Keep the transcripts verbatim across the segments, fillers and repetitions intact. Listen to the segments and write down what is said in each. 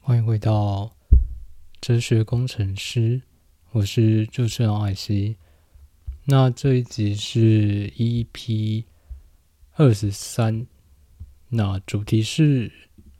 欢迎回到哲学工程师，我是主持人艾希。那这一集是 E P 二十三，那主题是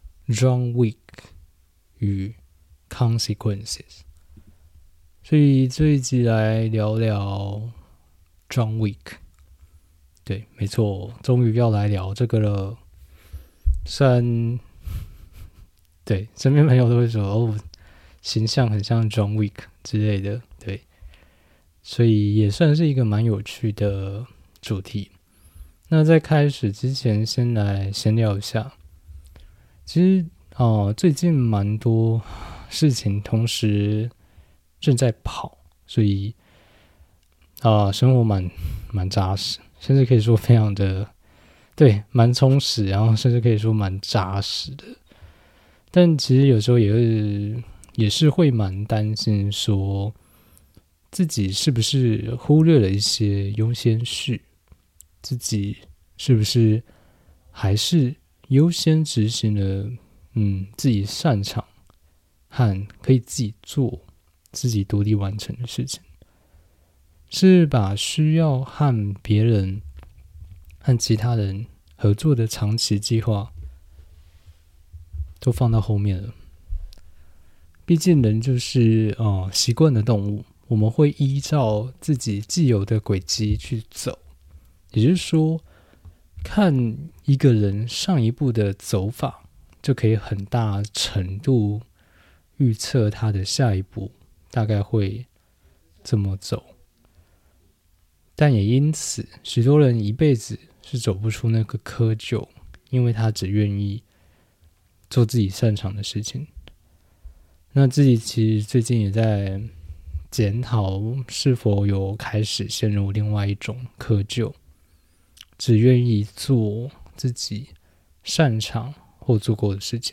John Wick 与 Consequences， 所以这一集来聊聊 John Wick。对，没错，终于要来聊这个了。虽然对身边朋友都会说哦，形象很像 John Wick 之类的，对，所以也算是一个蛮有趣的主题。那在开始之前，先来闲聊一下。其实哦，最近蛮多事情同时正在跑，所以啊、呃，生活蛮蛮扎实，甚至可以说非常的对，蛮充实，然后甚至可以说蛮扎实的。但其实有时候也是也是会蛮担心，说自己是不是忽略了一些优先序，自己是不是还是优先执行了嗯自己擅长和可以自己做、自己独立完成的事情，是把需要和别人、和其他人合作的长期计划都放到后面了。毕竟人就是呃习惯的动物，我们会依照自己既有的轨迹去走。也就是说，看一个人上一步的走法，就可以很大程度预测他的下一步大概会怎么走。但也因此，许多人一辈子是走不出那个窠臼，因为他只愿意做自己擅长的事情。那自己其实最近也在检讨，是否有开始陷入另外一种窠臼，只愿意做自己擅长或做过的事情。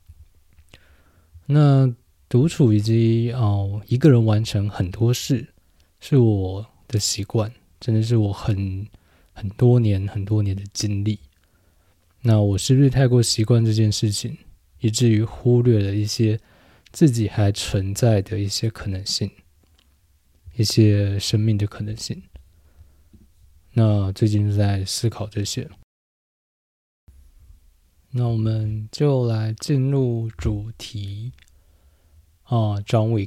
那独处以及哦一个人完成很多事，是我的习惯，真的是我很很多年很多年的经历。那我是不是太过习惯这件事情，以至于忽略了一些自己还存在的一些可能性，一些生命的可能性？那最近就在思考这些。那我们就来进入主题啊 ，John Wick。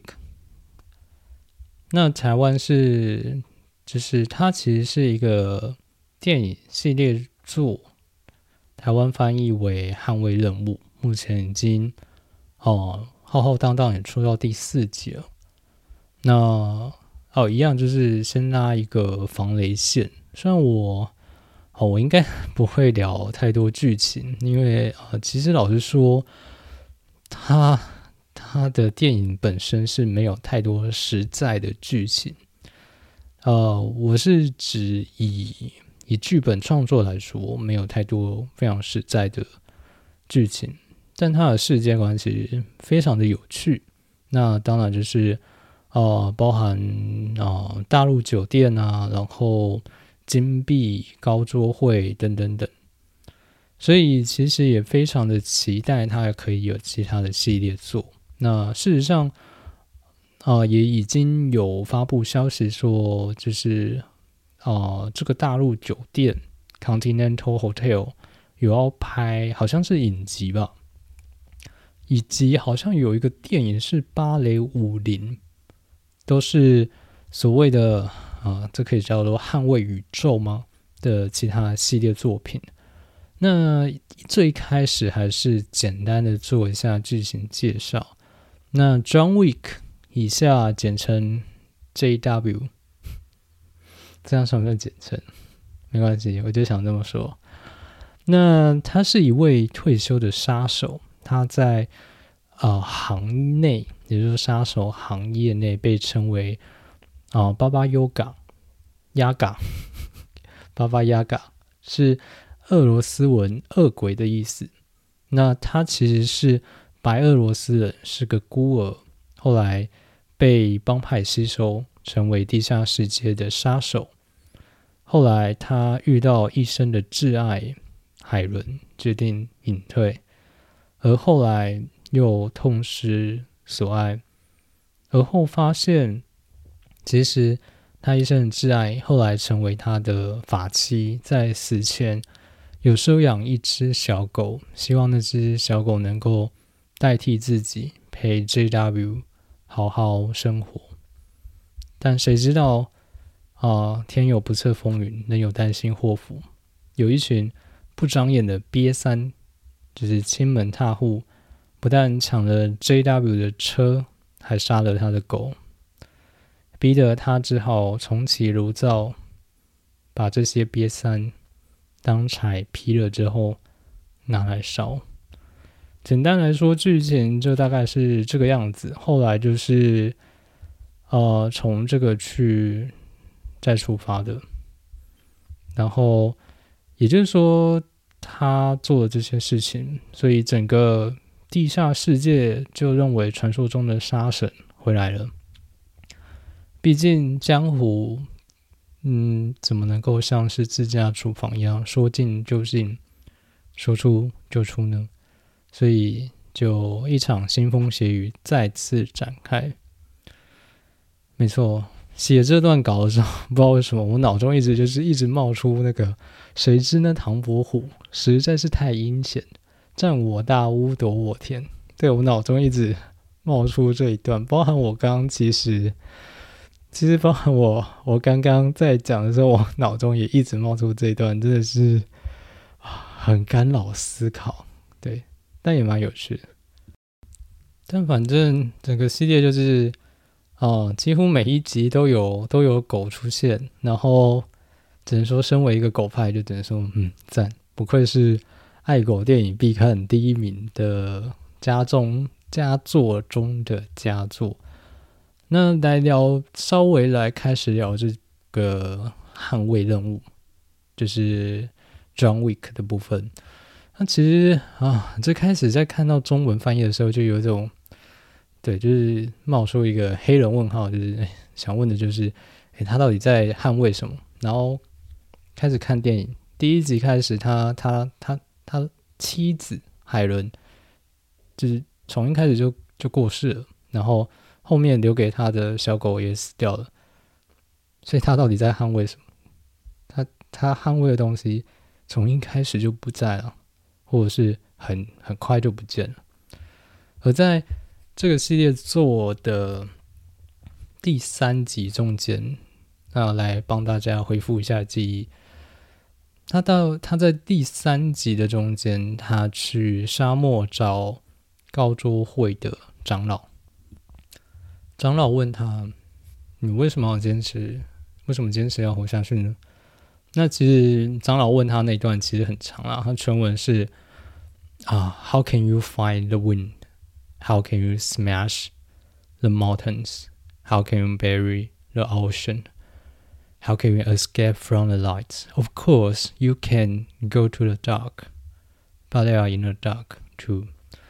那台湾是，就是它其实是一个电影系列作，台湾翻译为《捍卫任务》，目前已经哦浩浩荡荡也出到第四集了。那哦，一样就是先拉一个防雷线。虽然我哦，我应该不会聊太多剧情，因为呃，其实老实说，他他的电影本身是没有太多实在的剧情。呃，我是指以以剧本创作来说，没有太多非常实在的剧情，但它的世界观其实非常的有趣。那当然就是呃，包含呃大陆酒店啊，然后金币高桌会等等等，所以其实也非常的期待它可以有其他的系列作。那事实上，呃，也已经有发布消息说，就是呃这个大陆酒店 Continental Hotel 有要拍，好像是影集吧，以及好像有一个电影是芭蕾舞林，都是所谓的啊、呃，这可以叫做捍卫宇宙吗的其他系列作品。那最开始还是简单的做一下剧情介绍。那 John Wick 以下简称 J W， 这样算不算简称？没关系，我就想这么说。那他是一位退休的杀手，他在呃行内，也就是杀手行业内被称为啊、呃、巴巴优嘎亚嘎，巴巴亚嘎是俄罗斯文恶鬼的意思。那他其实是白俄罗斯人，是个孤儿，后来被帮派吸收，成为地下世界的杀手。后来他遇到一生的挚爱海伦，决定隐退，而后来又痛失所爱，而后发现其实他一生的挚爱后来成为他的法妻，在死前有收养一只小狗，希望那只小狗能够代替自己陪 J W 好好生活。但谁知道啊、呃，天有不测风云，人有旦夕祸福，有一群不长眼的瘪三，就是亲门踏户，不但抢了 J W 的车，还杀了他的狗，逼得他只好重启炉灶，把这些瘪三当柴劈了之后拿来烧。简单来说，剧情就大概是这个样子。后来就是呃从这个去再出发的，然后也就是说他做了这些事情，所以整个地下世界就认为传说中的杀神回来了。毕竟江湖嗯，怎么能够像是自家厨房一样说进就进，说出就出呢？所以就一场腥风血雨再次展开。没错，写这段稿的时候，不知道为什么我脑中一直就是一直冒出那个谁知那唐伯虎实在是太阴险，占我大屋夺我田。对，我脑中一直冒出这一段，包含我刚刚其实其实包含我我刚刚在讲的时候，我脑中也一直冒出这一段，真的是很干扰思考。对，但也蛮有趣的。但反正整个系列就是哦、呃，几乎每一集都有都有狗出现，然后只能说身为一个狗派就只能说嗯赞，不愧是爱狗电影必看第一名的佳中佳作中的佳作。那来聊稍微来开始聊这个捍卫任务，就是 John Wick 的部分。那其实啊，最开始在看到中文翻译的时候，就有一种对，就是冒出一个黑人问号，就是想问的就是，诶，他到底在捍卫什么？然后开始看电影，第一集开始他，他他他他妻子海伦，就是从一开始就就过世了，然后后面留给他的小狗也死掉了，所以他到底在捍卫什么？他他捍卫的东西从一开始就不在了。或者是很很快就不见了。而在这个系列做的第三集中间，那来帮大家恢复一下记忆。他到他在第三集的中间，他去沙漠找高桌会的长老。长老问他：“你为什么要坚持？为什么坚持要活下去呢？”那其实长老问他那段其实很长啦，他全文是啊、uh, How can you find the wind? How can you smash the mountains? How can you bury the ocean? How can you escape from the light? Of course, you can go to the dark, but they are in the dark too.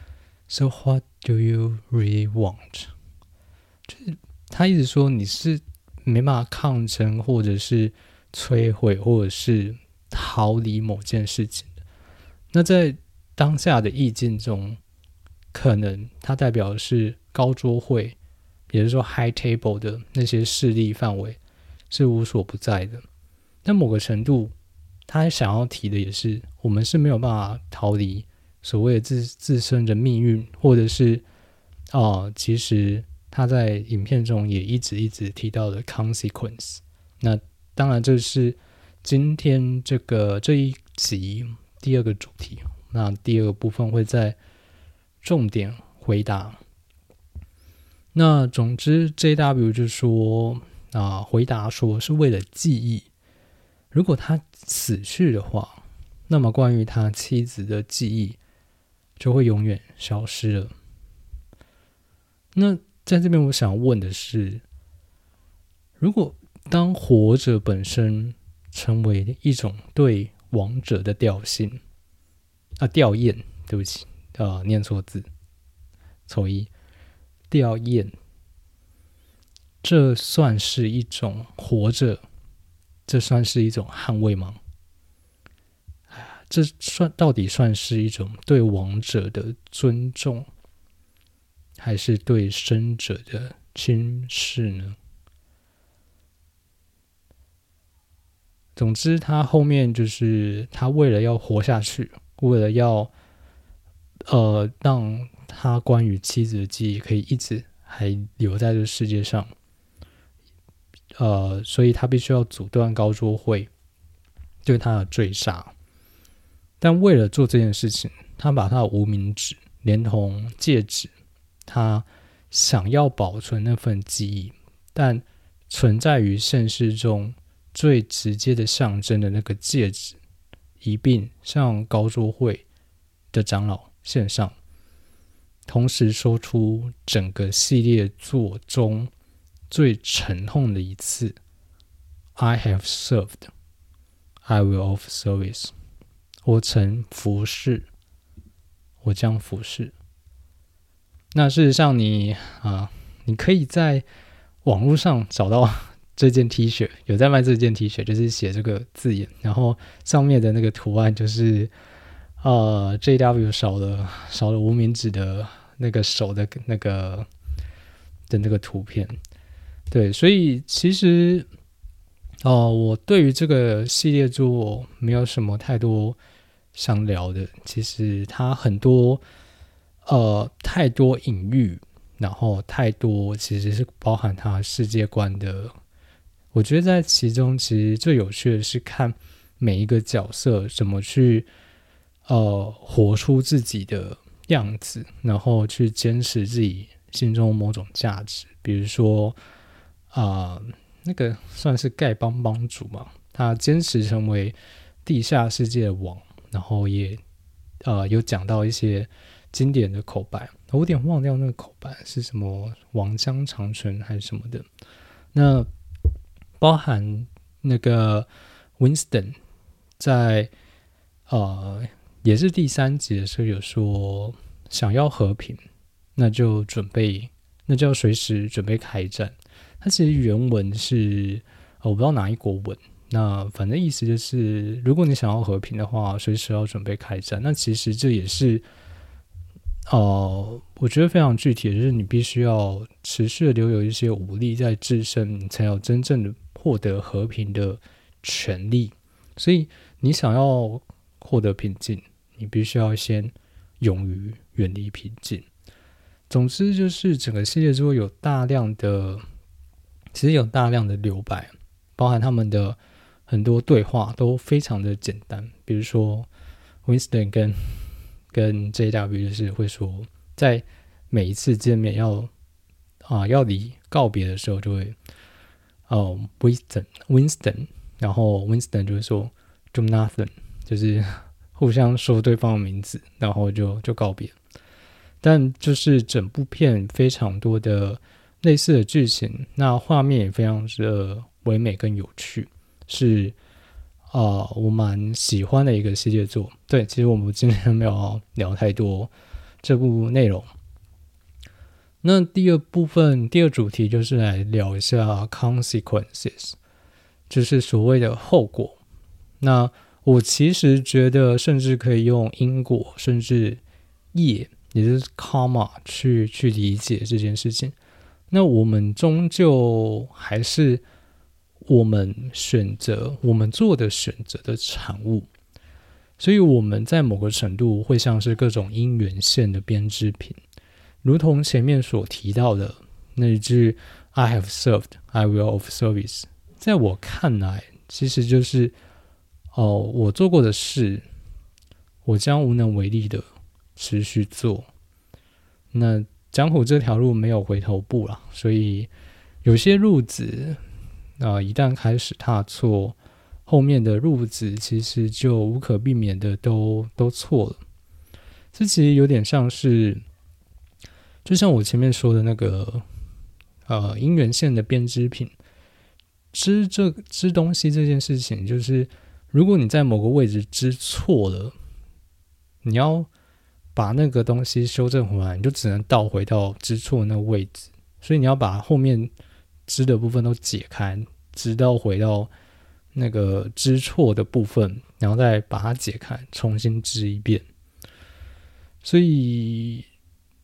So what do you really want? 就是他一直说你是没办法抗争，或者是摧毁，或者是逃离某件事情的。那在当下的意境中，可能它代表的是高桌会，也就是说 high table 的那些势力范围是无所不在的。但某个程度，他想要提的也是，我们是没有办法逃离所谓的 自, 自身的命运，或者是哦，其实他在影片中也一直一直提到的 consequence。那当然，这是今天这个这一集第二个主题。那第二个部分会在重点回答。那总之 J W 就说啊、呃，回答说是为了记忆。如果他死去的话，那么关于他妻子的记忆就会永远消失了。那在这边我想问的是，如果当活着本身成为一种对亡者的吊性啊，吊唁，对不起，啊，念错字，错一，吊唁，这算是一种活着，这算是一种捍卫吗？这算到底算是一种对亡者的尊重， 还是对生者的轻视呢？总之，他后面就是他为了要活下去，为了要呃让他关于妻子的记忆可以一直还留在这世界上，呃，所以他必须要阻断高桌会对他的追杀。但为了做这件事情，他把他的无名指连同戒指，他想要保存那份记忆，但存在于现实中最直接的象征的那个戒指一并向高桌会的长老献上，同时说出整个系列作中最沉痛的一次 I have served, I will of service， 我曾服侍，我将服侍。那事实上你啊，你可以在网络上找到这件 T 恤，有在卖这件 T 恤，就是写这个字眼，然后上面的那个图案就是呃 J W 少了少了无名指的那个手的那个的那个图片。对，所以其实呃我对于这个系列作没有什么太多想聊的，其实它很多呃太多隐喻，然后太多其实是包含它世界观的。我觉得在其中其实最有趣的是看每一个角色怎么去呃活出自己的样子，然后去坚持自己心中某种价值。比如说啊、呃，那个算是丐帮帮主嘛，他坚持成为地下世界的王，然后也呃有讲到一些经典的口白，我有点忘掉那个口白是什么，王江长存还是什么的。那包含那个 Winston 在呃也是第三集的时候有说，想要和平，那就准备，那就要随时准备开战。它其实原文是、呃、我不知道哪一国文，那反正意思就是，如果你想要和平的话，随时要准备开战。那其实这也是呃，我觉得非常具体的，就是你必须要持续的留有一些武力在自身，你才有真正的获得和平的权利。所以你想要获得平静，你必须要先勇于远离平静。总之就是整个系列中有大量的，其实有大量的留白，包含他们的很多对话都非常的简单。比如说 Winston 跟跟 J W 就是会说，在每一次见面要啊要离告别的时候，就会哦 Winston Winston， 然后 Winston 就会说 do nothing， 就是互相说对方的名字，然后就就告别。但就是整部片非常多的类似的剧情，那画面也非常的唯美跟有趣，是呃，我蛮喜欢的一个系列作。对，其实我们今天没有聊太多这部内容。那第二部分，第二主题就是来聊一下 consequences， 就是所谓的后果。那我其实觉得，甚至可以用因果，甚至业，也就是 karma 去去理解这件事情。那我们终究还是我们选择我们做的选择的产物，所以我们在某个程度会像是各种因缘线的编织品，如同前面所提到的那一句 I have served, I will of service， 在我看来其实就是哦，我做过的事我将无能为力的持续做。那江湖这条路没有回头步啦，所以有些路子呃，一旦开始踏错，后面的路子其实就无可避免的都都错了。这其实有点像是，就像我前面说的那个呃因缘线的编织品，织这织东西这件事情，就是如果你在某个位置织错了，你要把那个东西修正回来，你就只能倒回到织错的那个位置，所以你要把后面织的部分都解开，直到回到那个织错的部分，然后再把它解开，重新织一遍。所以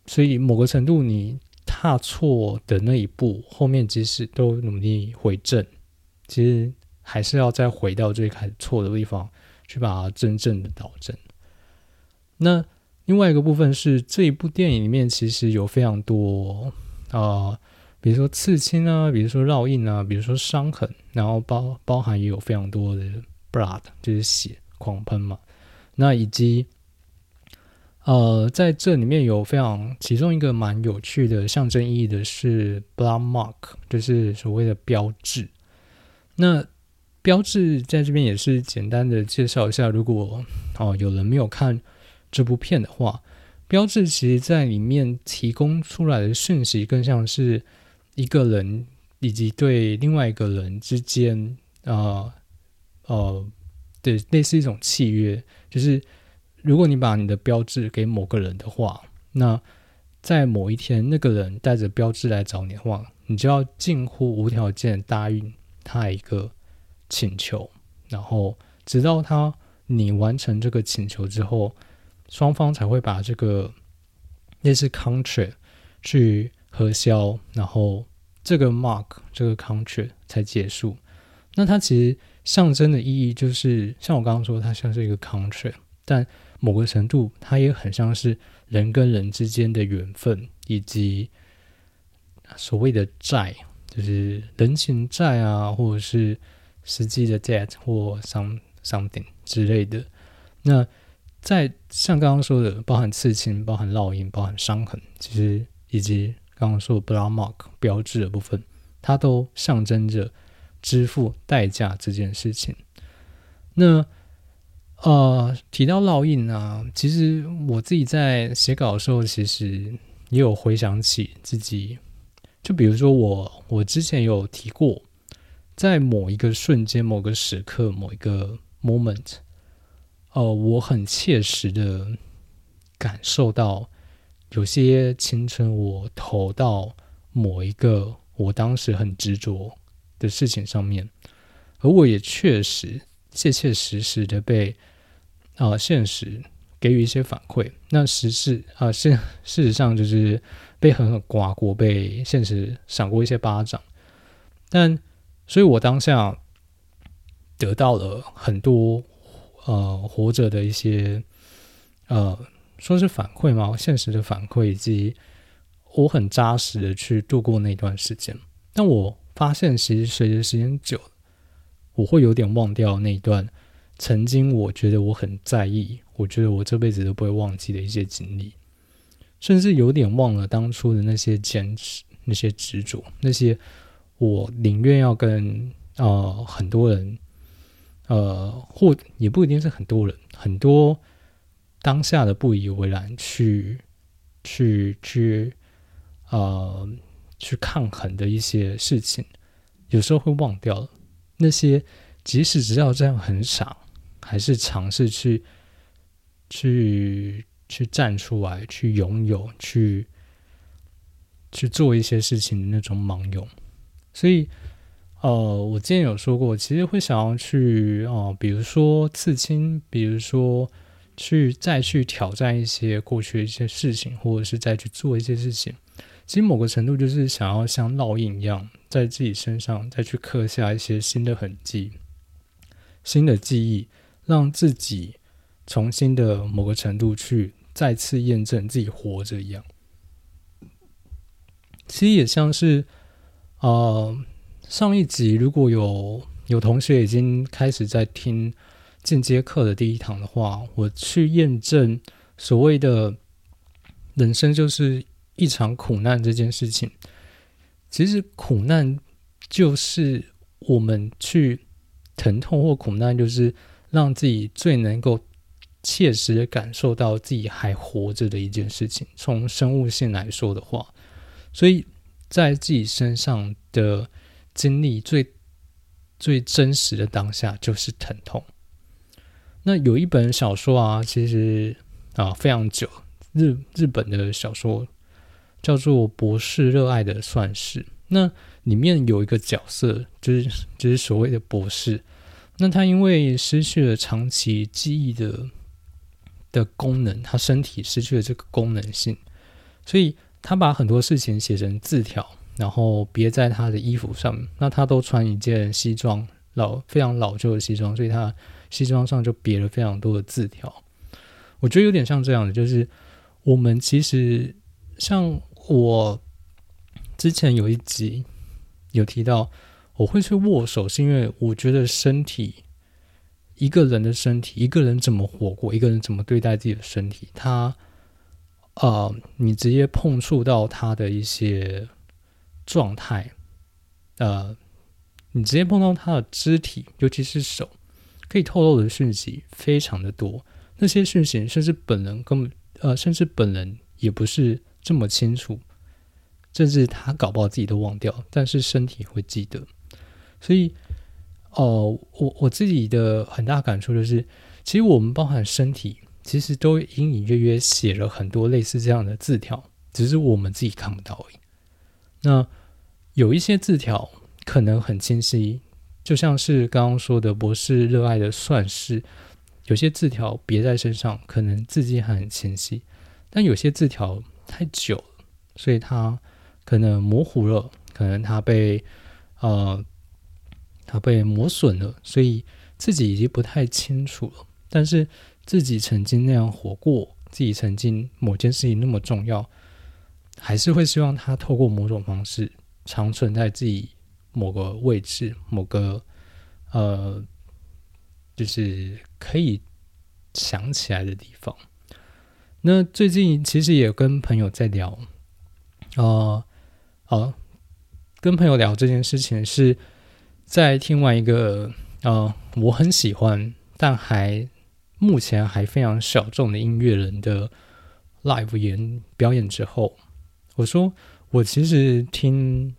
所以某个程度你踏错的那一步，后面即使都努力回正，其实还是要再回到最开始错的地方去把它真正的导正。那另外一个部分是，这一部电影里面其实有非常多呃，比如说刺青啊，比如说烙印啊，比如说伤痕，然后包包含也有非常多的 blood， 就是血狂喷嘛。那以及呃，在这里面有非常其中一个蛮有趣的象征意义的是 blood mark， 就是所谓的标志。那标志在这边也是简单的介绍一下，如果哦有人没有看这部片的话，标志其实在里面提供出来的讯息更像是一个人以及对另外一个人之间呃呃对类似一种契约，就是如果你把你的标志给某个人的话，那在某一天那个人带着标志来找你的话，你就要近乎无条件答应他一个请求，然后直到他你完成这个请求之后，双方才会把这个类似 contract 去核销，然后这个 mark 这个 contract 才结束。那它其实象征的意义就是像我刚刚说，它像是一个 contract， 但某个程度它也很像是人跟人之间的缘分，以及所谓的债，就是人情债啊，或者是实际的 debt 或 some, something 之类的。那在像刚刚说的包含刺青，包含烙印，包含伤痕，其实以及刚刚说的 blood mark 标志的部分，它都象征着支付代价这件事情。那呃，提到烙印啊，其实我自己在写稿的时候，其实也有回想起自己，就比如说我，我之前有提过，在某一个瞬间、某个时刻、某一个 moment， 呃，我很切实的感受到，有些青春我投到某一个我当时很执着的事情上面，而我也确实切切实实的被呃现实给予一些反馈。那实事啊、呃，事事实上就是被狠狠刮过，被现实赏过一些巴掌。但所以我当下得到了很多呃活着的一些呃说是反馈吗？现实的反馈，以及我很扎实的去度过那段时间。但我发现其实随着时间久了，我会有点忘掉那一段曾经我觉得我很在意，我觉得我这辈子都不会忘记的一些经历，甚至有点忘了当初的那些坚持，那些执着，那些我宁愿要跟呃很多人呃或也不一定是很多人，很多当下的不以为然去去去呃去抗衡的一些事情，有时候会忘掉了那些，即使知道这样很傻，还是尝试去去去站出来，去拥有，去去做一些事情的那种盲勇。所以呃，我之前有说过，其实会想要去哦、呃，比如说刺青，比如说去再去挑战一些过去的一些事情，或者是再去做一些事情。其实某个程度就是想要像烙印一样，在自己身上再去刻下一些新的痕迹、新的记忆，让自己重新的某个程度去再次验证自己活着一样。其实也像是呃上一集如果有有同学已经开始在听进阶课的第一堂的话，我去验证所谓的人生就是一场苦难这件事情。其实苦难就是我们去疼痛，或苦难就是让自己最能够切实的感受到自己还活着的一件事情，从生物性来说的话。所以在自己身上的经历最最真实的当下就是疼痛。那有一本小说啊，其实啊非常久，日日本的小说叫做《博士热爱的算式》。那里面有一个角色，就是就是所谓的博士。那他因为失去了长期记忆的的功能，他身体失去了这个功能性， 所以他把很多事情写成字条，然后别在他的衣服上面。那他都穿一件西装，老非常老旧的西装，所以他西装上就别了非常多的字条。我觉得有点像这样的，就是我们其实像我之前有一集有提到，我会去握手，是因为我觉得身体，一个人的身体，一个人怎么活过，一个人怎么对待自己的身体，他呃，你直接碰触到他的一些状态，呃，你直接碰到他的肢体，尤其是手，可以透露的讯息非常的多。那些讯息甚至本人根本呃，甚至本人也不是这么清楚，甚至他搞不好自己都忘掉，但是身体会记得。所以，哦、呃，我我自己的很大感触就是，其实我们包含身体，其实都隐隐约约写了很多类似这样的字条，只是我们自己看不到而已。那有一些字条可能很清晰，就像是刚刚说的博士热爱的算式，有些字条别在身上，可能字迹还很清晰，但有些字条太久了，所以它可能模糊了，可能它被呃它被磨损了，所以自己已经不太清楚了。但是自己曾经那样活过，自己曾经某件事情那么重要，还是会希望它透过某种方式长存在自己某个位置，某个呃，就是可以想起来的地方。那最近其实也跟朋友在聊，呃，呃，跟朋友聊这件事情是在听完一个呃我很喜欢但还目前还非常小众的音乐人的 live 演表演之后，我说我其实听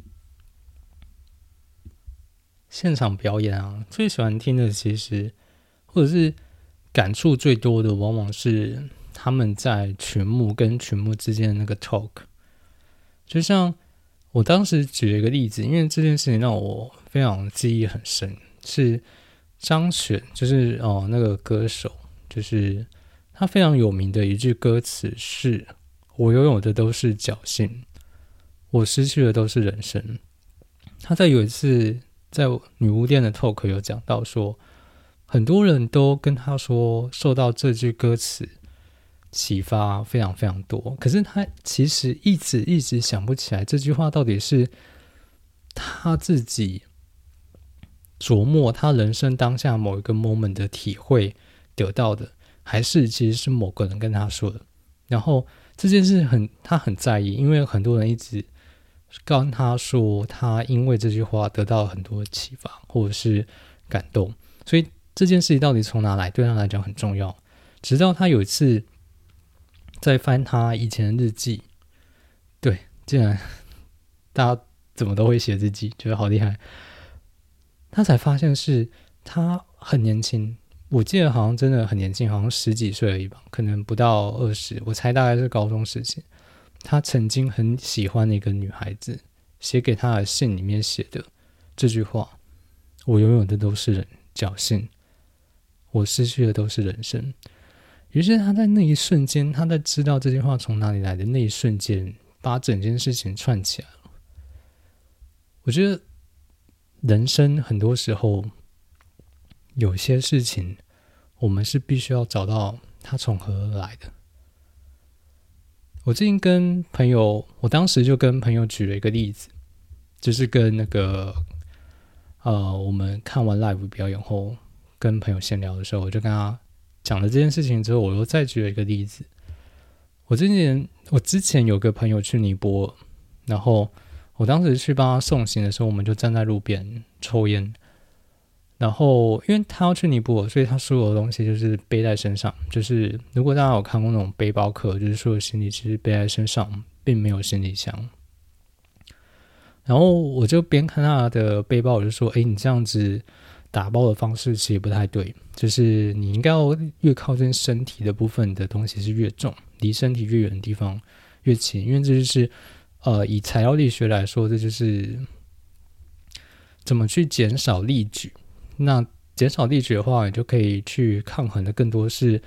现场表演啊，最喜欢听的其实或者是感触最多的，往往是他们在曲目跟曲目之间的那个 talk。就像我当时举了一个例子，因为这件事情让我非常记忆很深，是张悬，就是哦那个歌手，就是他非常有名的一句歌词是：“我拥有的都是侥幸，我失去的都是人生。”他在有一次在女巫店的 talk 有讲到说，很多人都跟他说受到这句歌词启发非常非常多，可是他其实一直一直想不起来这句话到底是他自己琢磨他人生当下某一个 moment 的体会得到的，还是其实是某个人跟他说的。然后这件事很他很在意，因为很多人一直跟他说他因为这句话得到很多启发或者是感动，所以这件事情到底从哪来对他来讲很重要。直到他有一次在翻他以前的日记，对，竟然大家怎么都会写日记，觉得好厉害。他才发现是他很年轻，我记得好像真的很年轻，好像十几岁而已吧，可能不到二十，我猜大概是高中时期。他曾经很喜欢的一个女孩子写给他的信里面写的这句话：“我拥有的都是人侥幸，我失去的都是人生。”于是他在那一瞬间，他在知道这句话从哪里来的那一瞬间，把整件事情串起来了。我觉得人生很多时候有些事情，我们是必须要找到它从何而来的。我最近跟朋友，我当时就跟朋友举了一个例子，就是跟那个呃，我们看完 live 表演后，跟朋友闲聊的时候，我就跟他讲了这件事情之后，我又再举了一个例子。我之前我之前有个朋友去尼泊尔，然后我当时去帮他送行的时候，我们就站在路边抽烟。然后因为他要去尼泊尔，所以他所有的东西就是背在身上，就是如果大家有看过那种背包客，就是所有行李其实背在身上，并没有行李箱。然后我就边看他的背包，我就说：“哎，你这样子打包的方式其实不太对，就是你应该要越靠近身体的部分的东西是越重，离身体越远的地方越轻，因为这就是呃以材料力学来说，这就是怎么去减少力矩。那减少力矩的话，你就可以去抗衡的更多是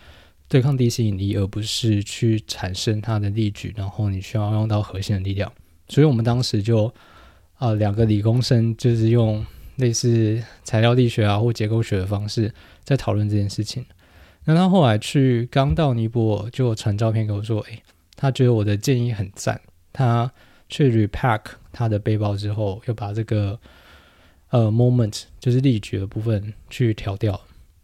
对抗地心引力，而不是去产生它的力矩，然后你需要用到核心的力量。所以我们当时就啊、呃、两个理工生就是用类似材料力学啊或结构学的方式在讨论这件事情。那他后来去刚到尼泊尔就传照片给我说，诶，他觉得我的建议很赞，他去 repack 他的背包之后，又把这个呃 moment 就是力矩的部分去调掉。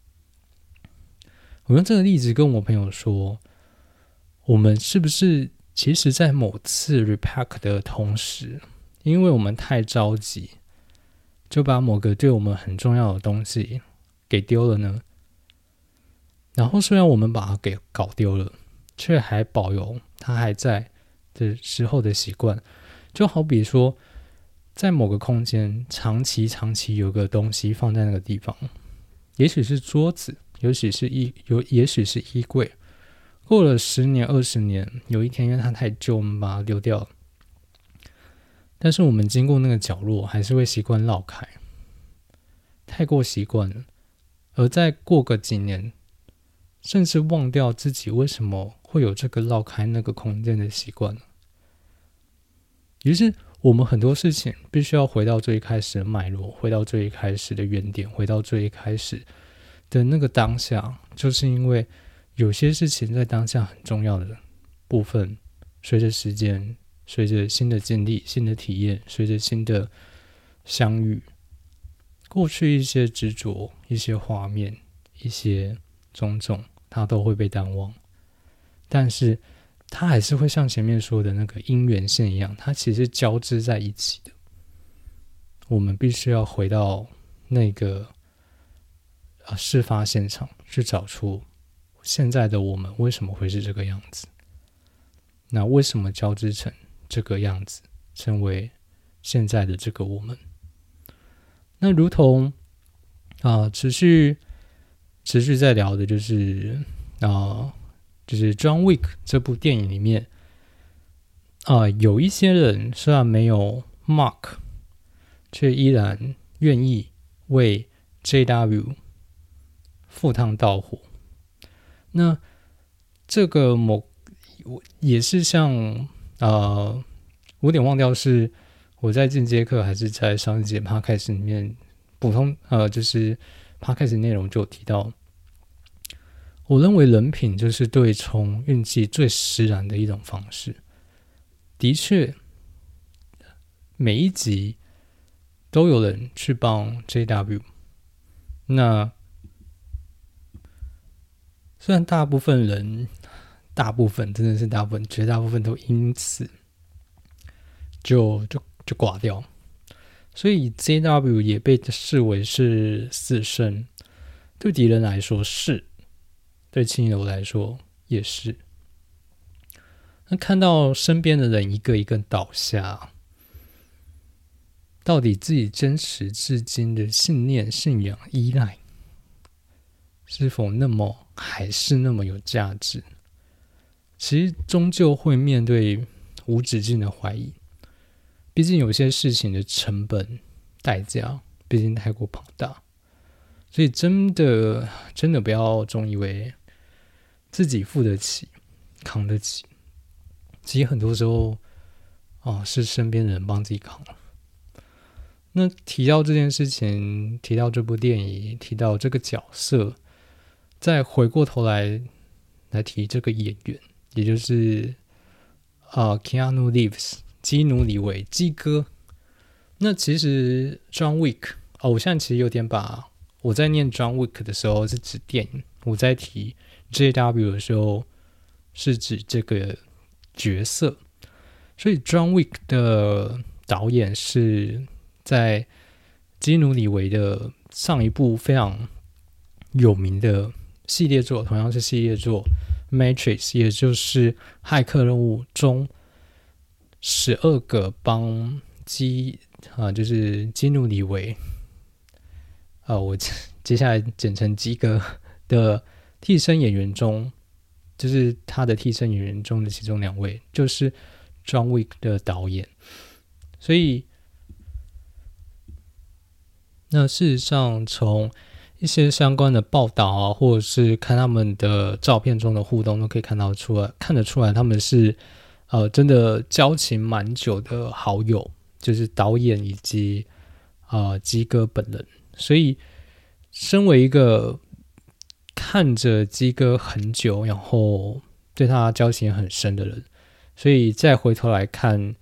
我用这个例子跟我朋友说，我们是不是其实在某次 repack 的同时，因为我们太着急，就把某个对我们很重要的东西给丢了呢？然后虽然我们把它给搞丢了，却还保有它还在的时候的习惯。就好比说，在某个空间长期长期有个东西放在那个地方，也许是桌子，也许是衣，有也许是衣柜。过了十年、二十年，有一天因为它太旧，我们把它丢掉了。但是我们经过那个角落，还是会习惯绕开，太过习惯了。而再过个几年，甚至忘掉自己为什么会有这个绕开那个空间的习惯。于是我们很多事情必须要回到最一开始的脉络，回到最一开始的原点，回到最一开始的那个当下，就是因为有些事情在当下很重要的部分，随着时间，随着新的经历、新的体验，随着新的相遇，过去一些执着、一些画面、一些种种，它都会被淡忘。但是它还是会像前面说的那个因缘线一样，它其实交织在一起的。我们必须要回到那个、呃、事发现场，去找出现在的我们为什么会是这个样子，那为什么交织成这个样子，成为现在的这个我们。那如同啊、呃，持续持续在聊的就是啊。呃就是《John Wick》这部电影里面，啊、呃，有一些人虽然没有 Mark， 却依然愿意为 J W 赴汤蹈火。那这个某也是像呃，我有点忘掉是我在进阶课还是在上一节 Podcast 里面普通呃，就是 Podcast 内容就有提到。我认为人品就是对冲运气最实然的一种方式。的确，每一集都有人去帮 J W。那虽然大部分人，大部分真的是大部分，绝大部分都因此就就就挂掉，所以 J W 也被视为是死神。对敌人来说是。对亲友来说也是。那看到身边的人一个一个倒下，到底自己真实至今的信念、信仰、依赖，是否那么还是那么有价值？其实终究会面对无止境的怀疑。毕竟有些事情的成本、代价，毕竟太过庞大，所以真的真的不要总以为自己付得起、扛得起，其实很多时候，哦，是身边的人帮自己扛了。那提到这件事情，提到这部电影，提到这个角色，再回过头来来提这个演员，也就是啊、呃、，Keanu Reeves 基努里维基哥。那其实 John Wick 哦，我现在其实有点把我在念 John Wick 的时候是指电影，我在提 J W 的时候是指这个角色，所以 John Wick 的导演是在基努里维的上一部非常有名的系列作，同样是系列作 Matrix， 也就是骇客任务中十二个帮基啊，就是基努里维啊，我接下来简称基哥的替身演员中，就是他的替身演员中的其中两位，就是 John Wick 的导演。所以，那事实上从一些相关的报道啊，或者是看他们的照片中的互动，都可以看到出来，看得出来他们是呃真的交情蛮久的好友，就是导演以及呃基哥本人。所以，身为一个看着基哥很久，然后对他交情很深的人，所以再回头来看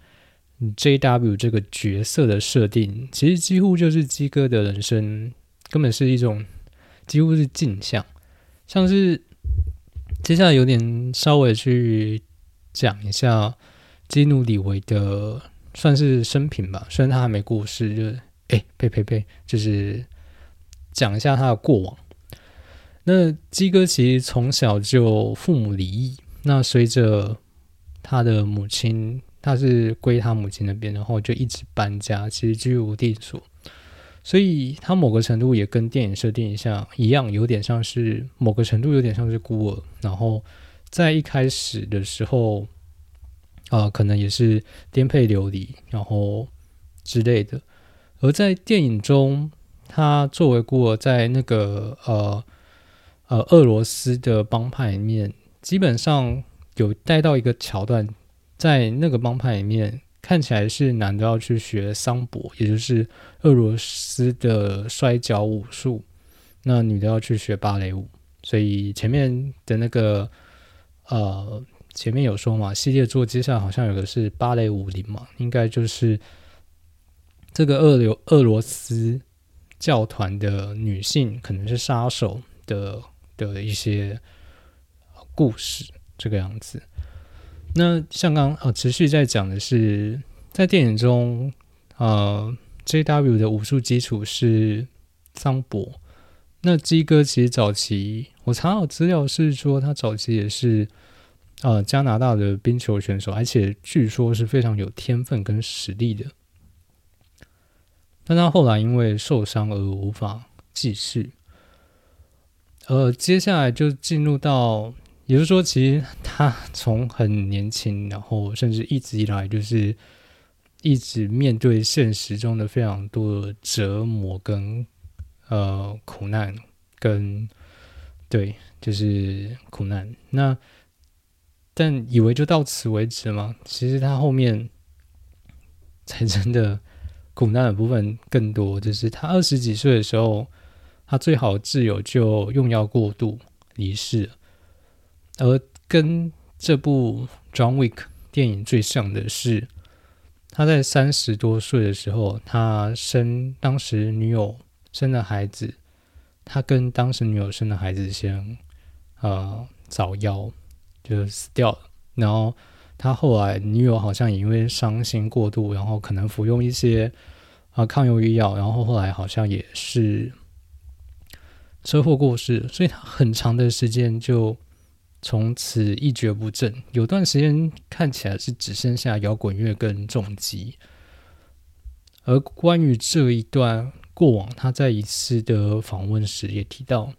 J W 这个角色的设定，其实几乎就是基哥的人生，根本是一种几乎是镜像。像是接下来有点稍微去讲一下基努里维的算是生平吧，虽然他还没过世，就是哎呸呸呸，就是讲一下他的过往。那基哥其实从小就父母离异，那随着他的母亲，他是归他母亲那边，然后就一直搬家，其实居无定所，所以他某个程度也跟电影设定一下一样，有点像是某个程度有点像是孤儿，然后在一开始的时候，呃，可能也是颠沛流离，然后之类的。而在电影中，他作为孤儿，在那个呃。呃，俄罗斯的帮派里面，基本上有带到一个桥段，在那个帮派里面，看起来是男的要去学桑博，也就是俄罗斯的摔跤武术，那女的要去学芭蕾舞。所以前面的那个呃，前面有说嘛，系列作接下来好像有个是芭蕾舞林嘛，应该就是这个俄罗俄罗斯教团的女性可能是杀手的。的一些故事这个样子。那像刚刚、呃、持续在讲的是，在电影中，呃 ，J W 的武术基础是桑博。那基哥其实早期我查到资料是说，他早期也是呃加拿大的冰球选手，而且据说是非常有天分跟实力的。但他后来因为受伤而无法继续。呃，接下来就进入到，也就是说，其实他从很年轻，然后甚至一直以来就是一直面对现实中的非常多的折磨跟呃苦难，跟对，就是苦难。那但以为就到此为止吗？其实他后面才真的苦难的部分更多，就是他二十几岁的时候。他最好的挚友就用药过度离世了，而跟这部《John Wick》电影最像的是，他在三十多岁的时候，他生当时女友生的孩子，他跟当时女友生的孩子先呃早夭，就死掉了。然后他后来女友好像也因为伤心过度，然后可能服用一些啊、呃、抗忧郁药，然后后来好像也是。车祸过世，所以他很长的时间就从此一蹶不振。有段时间看起来是只剩下摇滚乐跟重击。而关于这一段过往，他在一次的访问时也提到，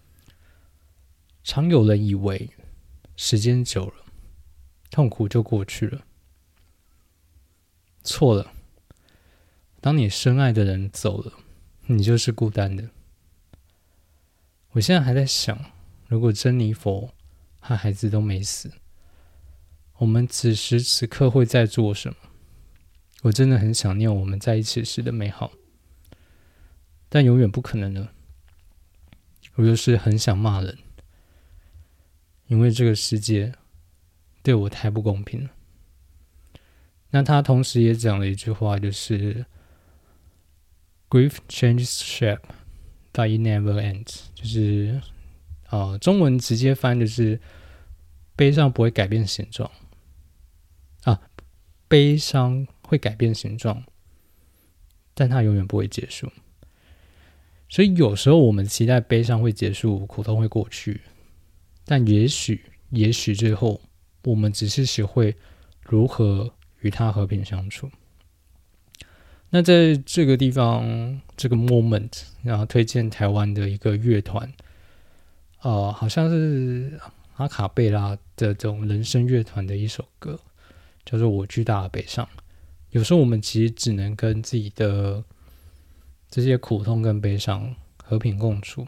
常有人以为时间久了，痛苦就过去了。错了，当你深爱的人走了，你就是孤单的。我现在还在想，如果珍妮佛和孩子都没死，我们此时此刻会在做什么？我真的很想念我们在一起时的美好，但永远不可能了。我就是很想骂人，因为这个世界对我太不公平了。那他同时也讲了一句话，就是 Grief changes shape。But it never ends， 就是呃，中文直接翻就是悲伤不会改变形状啊，悲伤会改变形状，但它永远不会结束。所以有时候我们期待悲伤会结束，苦痛会过去，但也许，也许最后我们只是学会如何与它和平相处。那在这个地方，这个 moment， 然后推荐台湾的一个乐团，呃，好像是阿卡贝拉的这种人声乐团的一首歌，叫做《我巨大的悲伤》。有时候我们其实只能跟自己的这些苦痛跟悲伤和平共处。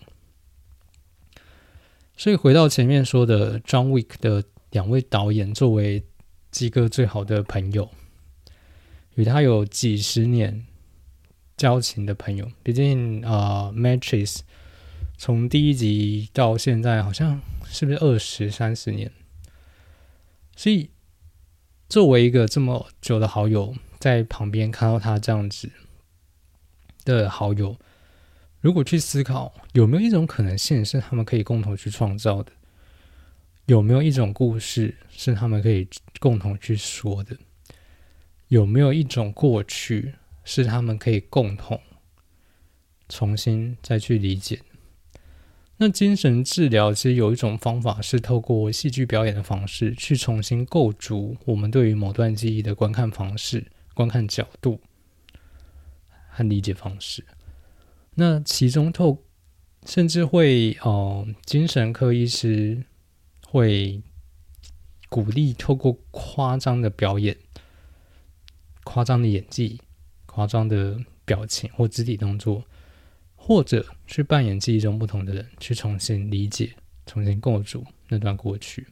所以回到前面说的 John Wick 的两位导演作为基哥最好的朋友，与他有几十年交情的朋友，毕竟啊、呃、Matrix 从第一集到现在好像是不是二十三十年，所以作为一个这么久的好友，在旁边看到他这样子的好友，如果去思考有没有一种可能性是他们可以共同去创造的，有没有一种故事是他们可以共同去说的，有没有一种过去是他们可以共同重新再去理解。那精神治疗其实有一种方法是透过戏剧表演的方式去重新构筑我们对于某段记忆的观看方式、观看角度和理解方式。那其中透甚至会呃，精神科医师会鼓励透过夸张的表演、夸张的演技、夸张的表情或肢体动作，或者去扮演记忆中不同的人，去重新理解、重新构筑那段过去。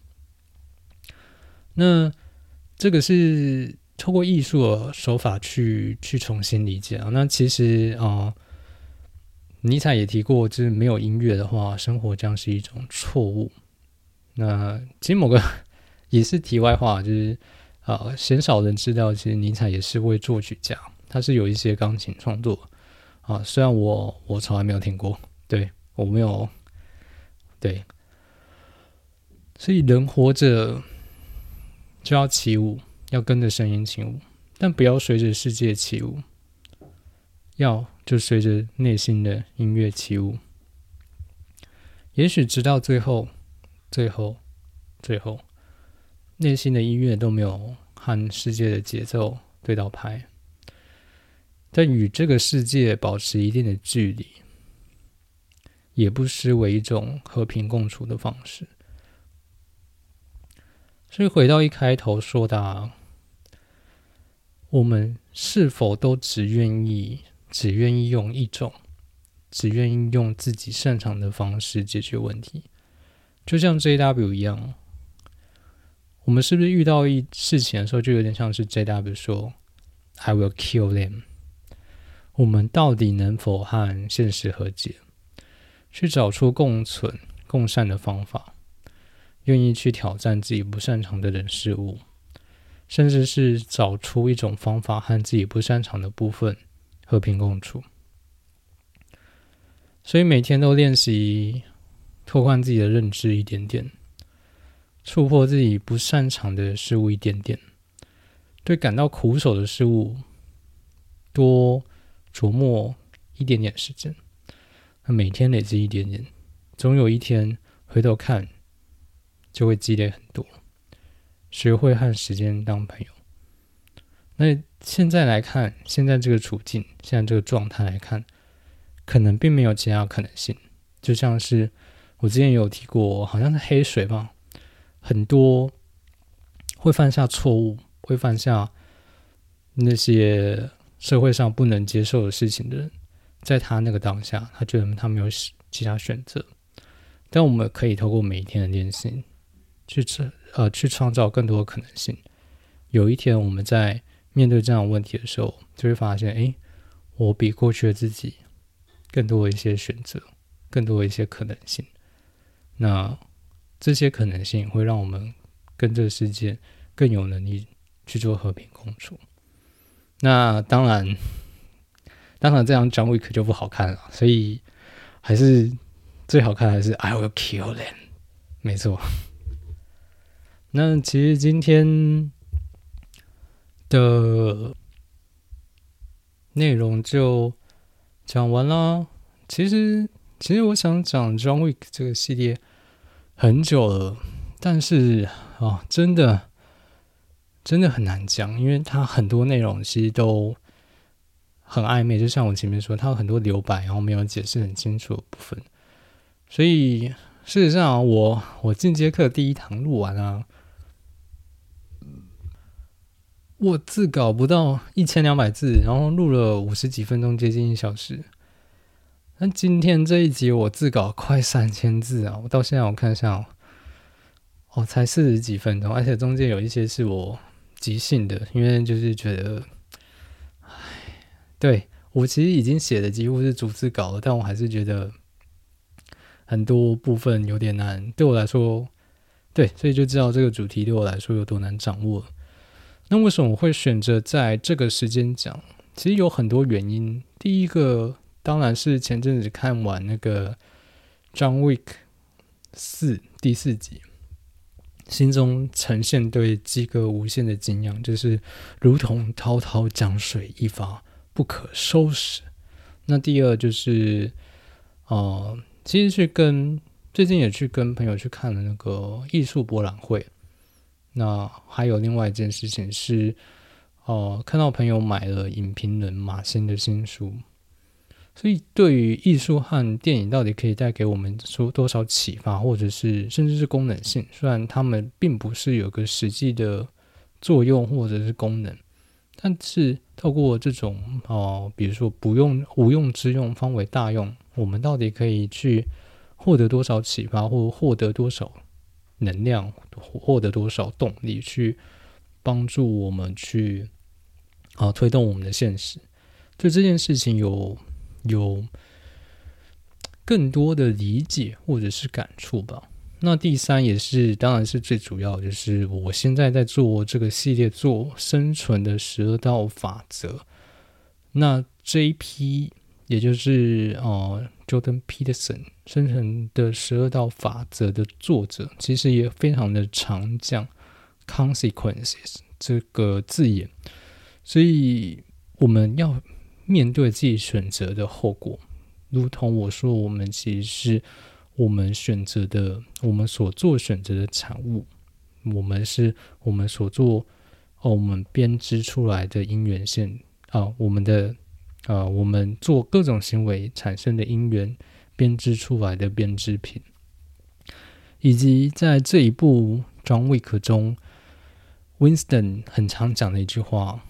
那这个是透过艺术的手法去去重新理解啊。那其实啊、呃，尼采也提过，就是没有音乐的话，生活将是一种错误。那其实某个也是题外话，就是呃，鲜少人知道，其实尼采也是位作曲家，他是有一些钢琴创作啊。虽然我我从来没有听过，对我没有，对，所以人活着就要起舞，要跟着声音起舞，但不要随着世界起舞，要就随着内心的音乐起舞。也许直到最后，最后，最后，内心的音乐都没有和世界的节奏对到拍，但与这个世界保持一定的距离，也不失为一种和平共处的方式。所以回到一开头说的、啊，我们是否都只愿意只愿意用一种只愿意用自己擅长的方式解决问题？就像 J W 一样，我们是不是遇到一事情的时候，就有点像是 J W 说 I will kill them。 我们到底能否和现实和解，去找出共存共善的方法，愿意去挑战自己不擅长的人事物，甚至是找出一种方法和自己不擅长的部分和平共处。所以每天都练习拓宽自己的认知一点点，触破自己不擅长的事物一点点，对感到苦手的事物多琢磨一点点时间，每天累积一点点，总有一天回头看就会积累很多，学会和时间当朋友。那现在来看，现在这个处境，现在这个状态来看，可能并没有其他可能性。就像是我之前也有提过，好像是黑水吧，很多会犯下错误，会犯下那些社会上不能接受的事情的人，在他那个当下，他觉得他没有其他选择。但我们可以透过每一天的练习，去呃去创造更多的可能性。有一天我们在面对这样的问题的时候，就会发现，哎，我比过去的自己更多的一些选择，更多的一些可能性。那这些可能性会让我们跟这个世界更有能力去做和平共处。那当然，当然这样John Wick就不好看了，所以还是最好看还是 I will kill them， 没错。那其实今天的内容就讲完啦。其实，其实我想讲 John Wick 这个系列很久了，但是哦，真的真的很难讲，因为它很多内容其实都很暧昧，就像我前面说，它有很多留白，然后没有解释很清楚的部分。所以事实上，我我进阶课第一堂录完啊，我字稿不到一千两百字，然后录了五十几分钟，接近一小时。 那今天这一集我自稿快三千字啊，我到现在我看一下哦，哦才四十几分钟，而且中间有一些是我即兴的，因为就是觉得，唉，对，我其实已经写的几乎是逐字稿了，但我还是觉得很多部分有点难，对我来说，对，所以就知道这个主题对我来说有多难掌握。那为什么我会选择在这个时间讲？其实有很多原因。第一个当然是前阵子看完那个《John Wick 四》第四集，心中呈现对基哥无限的敬仰，就是如同滔滔江水一发不可收拾。那第二就是，呃，其实是跟最近也去跟朋友去看了那个艺术博览会。那还有另外一件事情是，呃，看到朋友买了影评人马欣的新书，所以对于艺术和电影到底可以带给我们说多少启发，或者是甚至是功能性，虽然他们并不是有个实际的作用或者是功能，但是透过这种呃，比如说不用无用之用方为大用，我们到底可以去获得多少启发，或获得多少能量，获得多少动力去帮助我们去啊、呃、推动我们的现实。对这件事情有有更多的理解或者是感触吧。那第三也是当然是最主要的，就是我现在在做这个系列做生存的十二道法则。那这一批也就是呃 Jordan Peterson 生成的十二道法则的作者，其实也非常的常讲 consequences 这个字眼，所以我们要面对自己选择的后果，如同我说，我们其实是我们选择的，我们所做选择的产物，我们是我们所做，哦，我们编织出来的因缘线啊，我们的啊，我们做各种行为产生的因缘编织出来的编织品，以及在这一部 John Wick 中 Winston 很常讲的一句话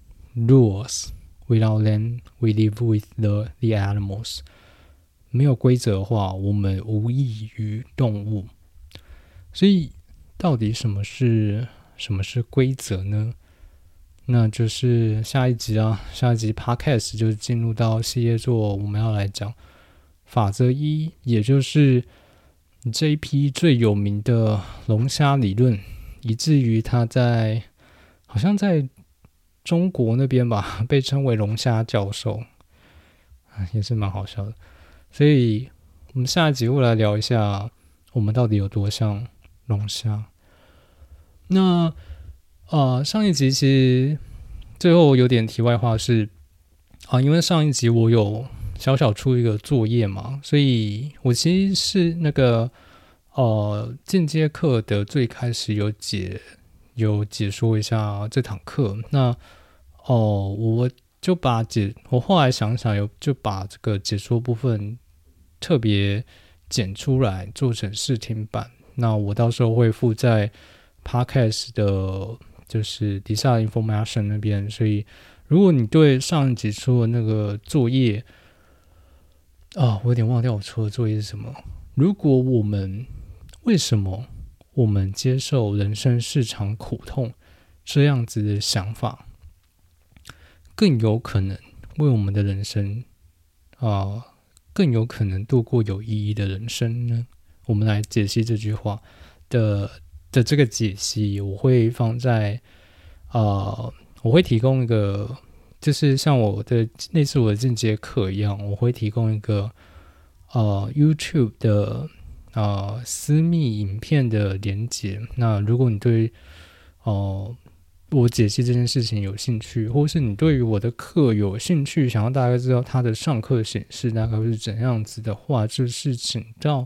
Rules without them we live with the, the animals， 没有规则的话我们无异于动物。所以到底什么是什么是规则呢？那就是下一集啊，下一集 podcast 就是进入到系列作，我们要来讲法则一，也就是这一批最有名的龙虾理论，以至于它在好像在中国那边吧，被称为龙虾教授，也是蛮好笑的。所以我们下一集会来聊一下，我们到底有多像龙虾。那呃，上一集其实最后有点题外话是啊，因为上一集我有小小出一个作业嘛，所以我其实是那个呃进阶课的最开始有解有解说一下这堂课。那哦、呃，我就把解我后来想想有就把这个解说部分特别剪出来做成试听版。那我到时候会附在 Podcast 的就是底下 information 那边，所以如果你对上一集出的那个作业啊，我有点忘掉我出的作业是什么。如果我们为什么我们接受人生是场苦痛这样子的想法，更有可能为我们的人生啊，更有可能度过有意义的人生呢？我们来解析这句话的的这个解析，我会放在呃，我会提供一个，就是像我的类似我的进阶课一样，我会提供一个呃 YouTube 的呃私密影片的连结。那如果你对呃我解析这件事情有兴趣，或是你对于我的课有兴趣，想要大概知道它的上课显示大概会是怎样子的话，就是请到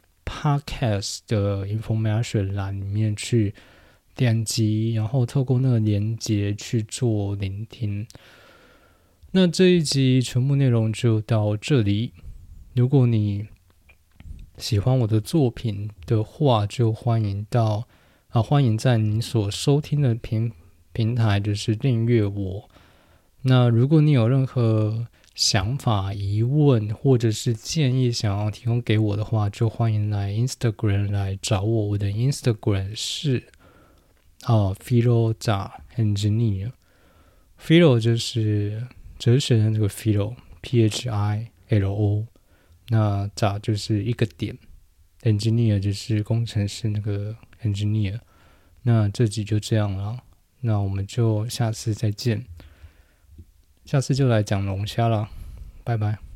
Podcast 的 information 栏里面去点击，然后透过那个连结去做聆听。那这一集全部内容就到这里。如果你喜欢我的作品的话，就欢迎到啊，欢迎在你所收听的平平台就是订阅我。那如果你有任何想法、疑问或者是建议想要提供给我的话，就欢迎来 Instagram 来找我。我的 Instagram 是哦 Philo 加 Engineer。Philo 就是哲学的这个 Philo，P H I L O。那加就是一个点 ，Engineer 就是工程师那个 Engineer。那这集就这样了，那我们就下次再见。下次就来讲龙虾了，拜拜。